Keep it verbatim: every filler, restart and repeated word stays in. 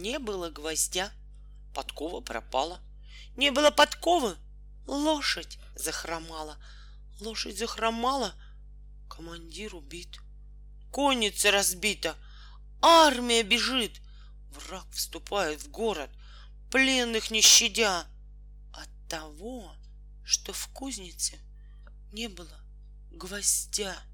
Не было гвоздя, подкова пропала. Не было подковы, лошадь захромала. Лошадь захромала, командир убит. Конница разбита, армия бежит. Враг вступает в город, пленных не щадя. От того, что в кузнице не было гвоздя.